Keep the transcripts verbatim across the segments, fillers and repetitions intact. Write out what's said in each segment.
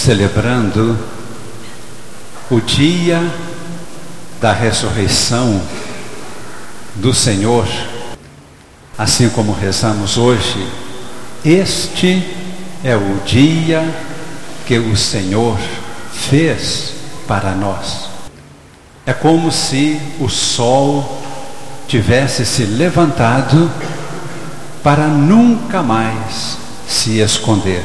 celebrando o dia da ressurreição do Senhor, assim como rezamos hoje, este é o dia que o Senhor fez para nós. É como se o sol tivesse se levantado para nunca mais se esconder.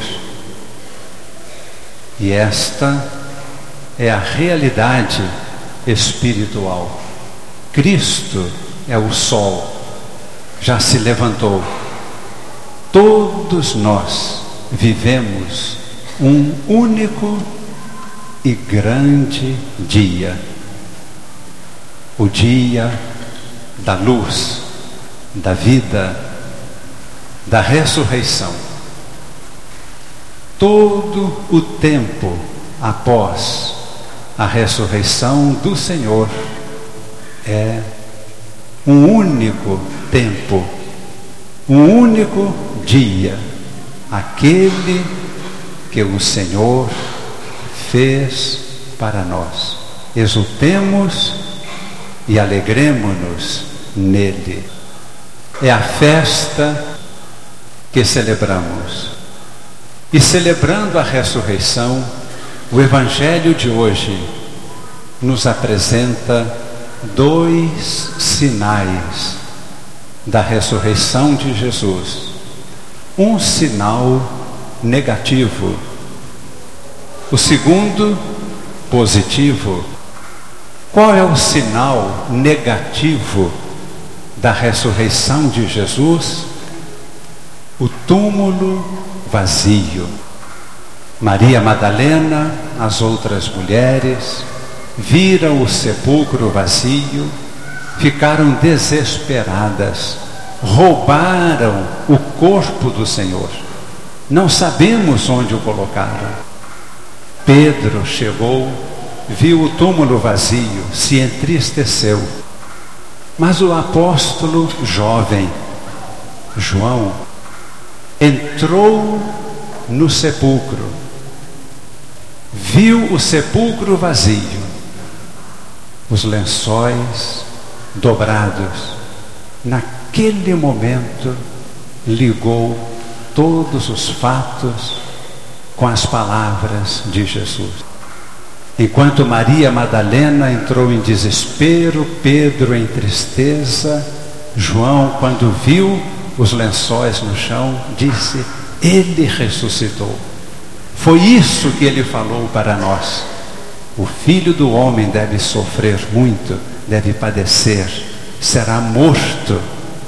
E esta é a realidade espiritual. Cristo é o sol, já se levantou. Todos nós vivemos um único e grande dia. O dia da luz, da vida, da ressurreição. Todo o tempo após a ressurreição do Senhor é um único tempo, um único dia, aquele que o Senhor fez para nós. Exultemos e alegremo-nos nele. É a festa que celebramos. E celebrando a ressurreição, o Evangelho de hoje nos apresenta dois sinais da ressurreição de Jesus. Um sinal negativo, o segundo positivo. Qual é o sinal negativo da ressurreição de Jesus? O túmulo vazio. Maria Madalena, as outras mulheres, viram o sepulcro vazio, ficaram desesperadas, roubaram o corpo do Senhor. Não sabemos onde o colocaram. Pedro chegou, viu o túmulo vazio, se entristeceu. Mas o apóstolo jovem, João, entrou no sepulcro, viu o sepulcro vazio, os lençóis dobrados. Naquele momento, ligou todos os fatos com as palavras de Jesus. Enquanto Maria Madalena entrou em desespero, Pedro em tristeza, João, quando viu os lençóis no chão, disse: ele ressuscitou. Foi isso que ele falou para nós. O Filho do Homem deve sofrer muito, deve padecer, será morto,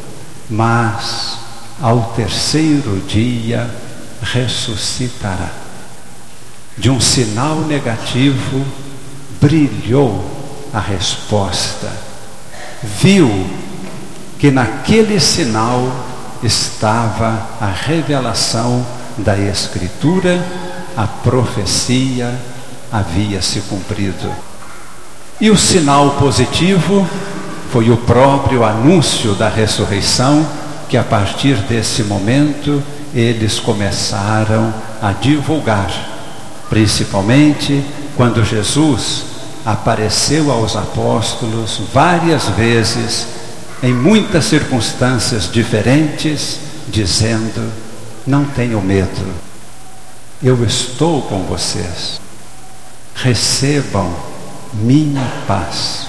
mas ao terceiro dia ressuscitará. De um sinal negativo brilhou a resposta. Viu que naquele sinal estava a revelação da Escritura, a profecia havia se cumprido. E o sinal positivo foi o próprio anúncio da ressurreição, que a partir desse momento eles começaram a divulgar, principalmente quando Jesus apareceu aos apóstolos várias vezes, em muitas circunstâncias diferentes, dizendo: não tenham medo, eu estou com vocês, recebam minha paz,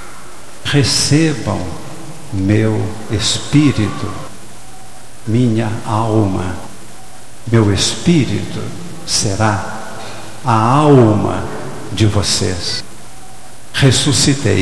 recebam meu espírito, minha alma, meu espírito será a alma de vocês. Ressuscitei,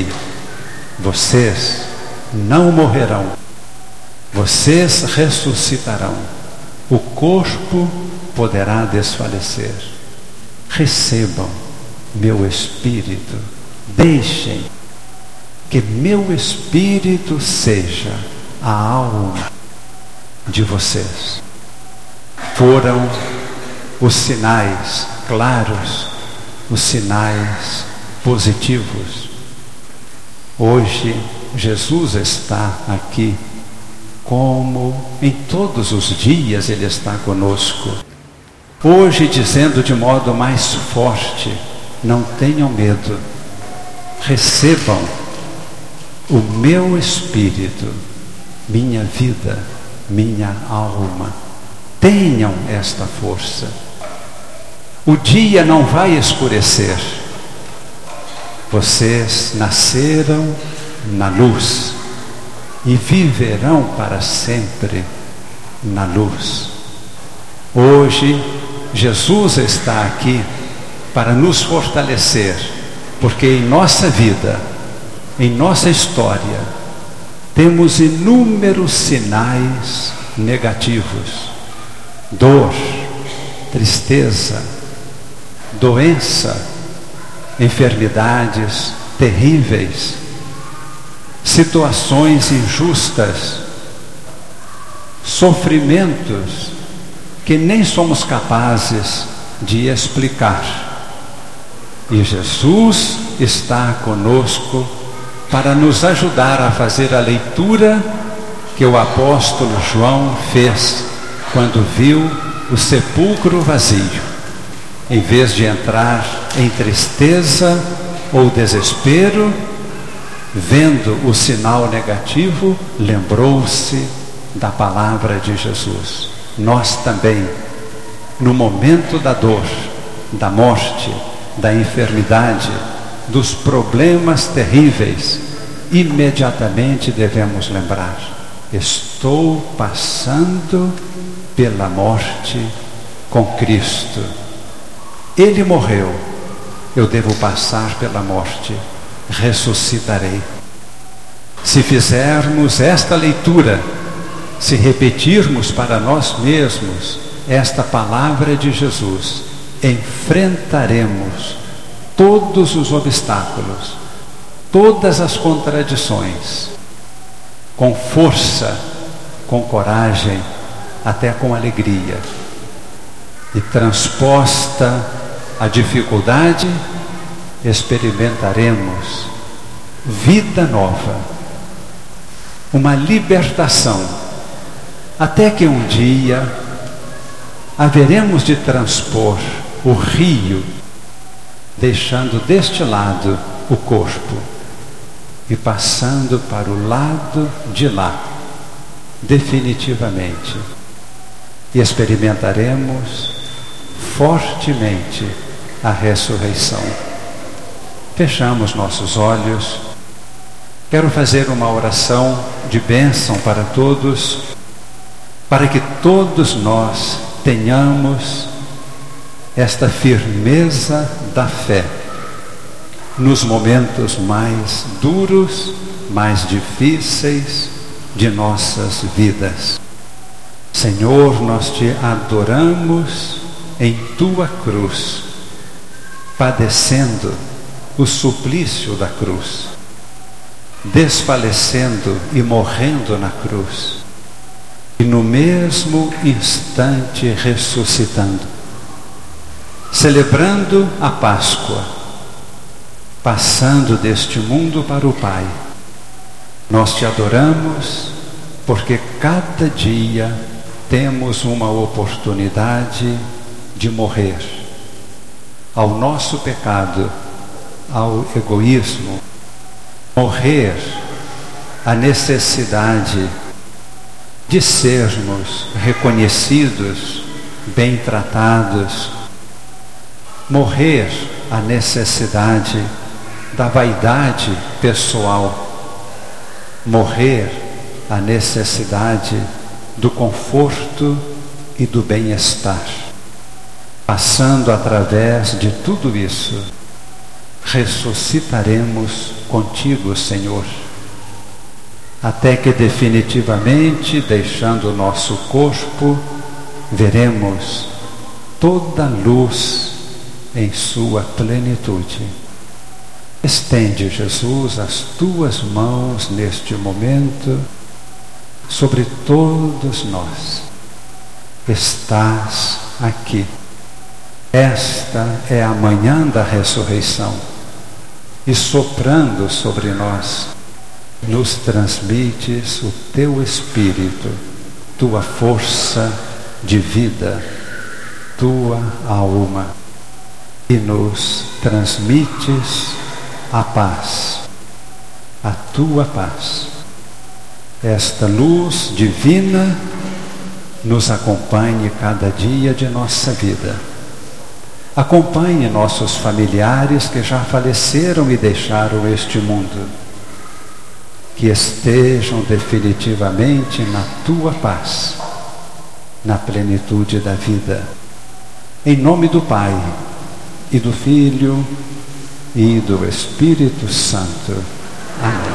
vocês não morrerão, vocês ressuscitarão, o corpo poderá desfalecer. Recebam meu espírito, deixem que meu espírito seja a alma de vocês. Foram os sinais claros, os sinais positivos. Hoje Jesus está aqui, como em todos os dias Ele está conosco. Hoje, dizendo de modo mais forte, não tenham medo, recebam o meu espírito, minha vida, minha alma. Tenham esta força. O dia não vai escurecer. Vocês nasceram na luz e viverão para sempre na luz. Hoje, Jesus está aqui para nos fortalecer, porque em nossa vida, em nossa história, temos inúmeros sinais negativos: dor, tristeza, doença, enfermidades terríveis, situações injustas, sofrimentos que nem somos capazes de explicar. E Jesus está conosco para nos ajudar a fazer a leitura que o apóstolo João fez quando viu o sepulcro vazio. Em vez de entrar em tristeza ou desespero, vendo o sinal negativo, lembrou-se da palavra de Jesus. Nós também, no momento da dor, da morte, da enfermidade, dos problemas terríveis, imediatamente devemos lembrar: estou passando pela morte com Cristo. Ele morreu, eu devo passar pela morte, ressuscitarei. Se fizermos esta leitura, se repetirmos para nós mesmos esta palavra de Jesus, enfrentaremos todos os obstáculos, todas as contradições, com força, com coragem, até com alegria. E transposta a dificuldade, experimentaremos vida nova, uma libertação, até que um dia haveremos de transpor o rio, deixando deste lado o corpo e passando para o lado de lá, definitivamente. E experimentaremos fortemente a ressurreição. Fechamos nossos olhos. Quero fazer uma oração de bênção para todos, para que todos nós tenhamos esta firmeza da fé nos momentos mais duros, mais difíceis de nossas vidas. Senhor, nós te adoramos em tua cruz, padecendo o suplício da cruz, desfalecendo e morrendo na cruz, e no mesmo instante ressuscitando, celebrando a Páscoa, passando deste mundo para o Pai. Nós te adoramos porque cada dia temos uma oportunidade de morrer ao nosso pecado, ao egoísmo, morrer à necessidade de sermos reconhecidos, bem tratados, morrer à necessidade da vaidade pessoal, morrer à necessidade do conforto e do bem-estar. Passando através de tudo isso, ressuscitaremos contigo, Senhor, até que definitivamente, deixando o nosso corpo, veremos toda a luz em sua plenitude. Estende, Jesus, as tuas mãos neste momento sobre todos nós. Estás aqui. Esta é a manhã da ressurreição, e soprando sobre nós, nos transmites o teu Espírito, tua força de vida, tua alma e nos transmites a paz, a tua paz. Esta luz divina nos acompanhe cada dia de nossa vida. Acompanhe nossos familiares que já faleceram e deixaram este mundo. Que estejam definitivamente na tua paz, na plenitude da vida. Em nome do Pai, e do Filho, e do Espírito Santo. Amém.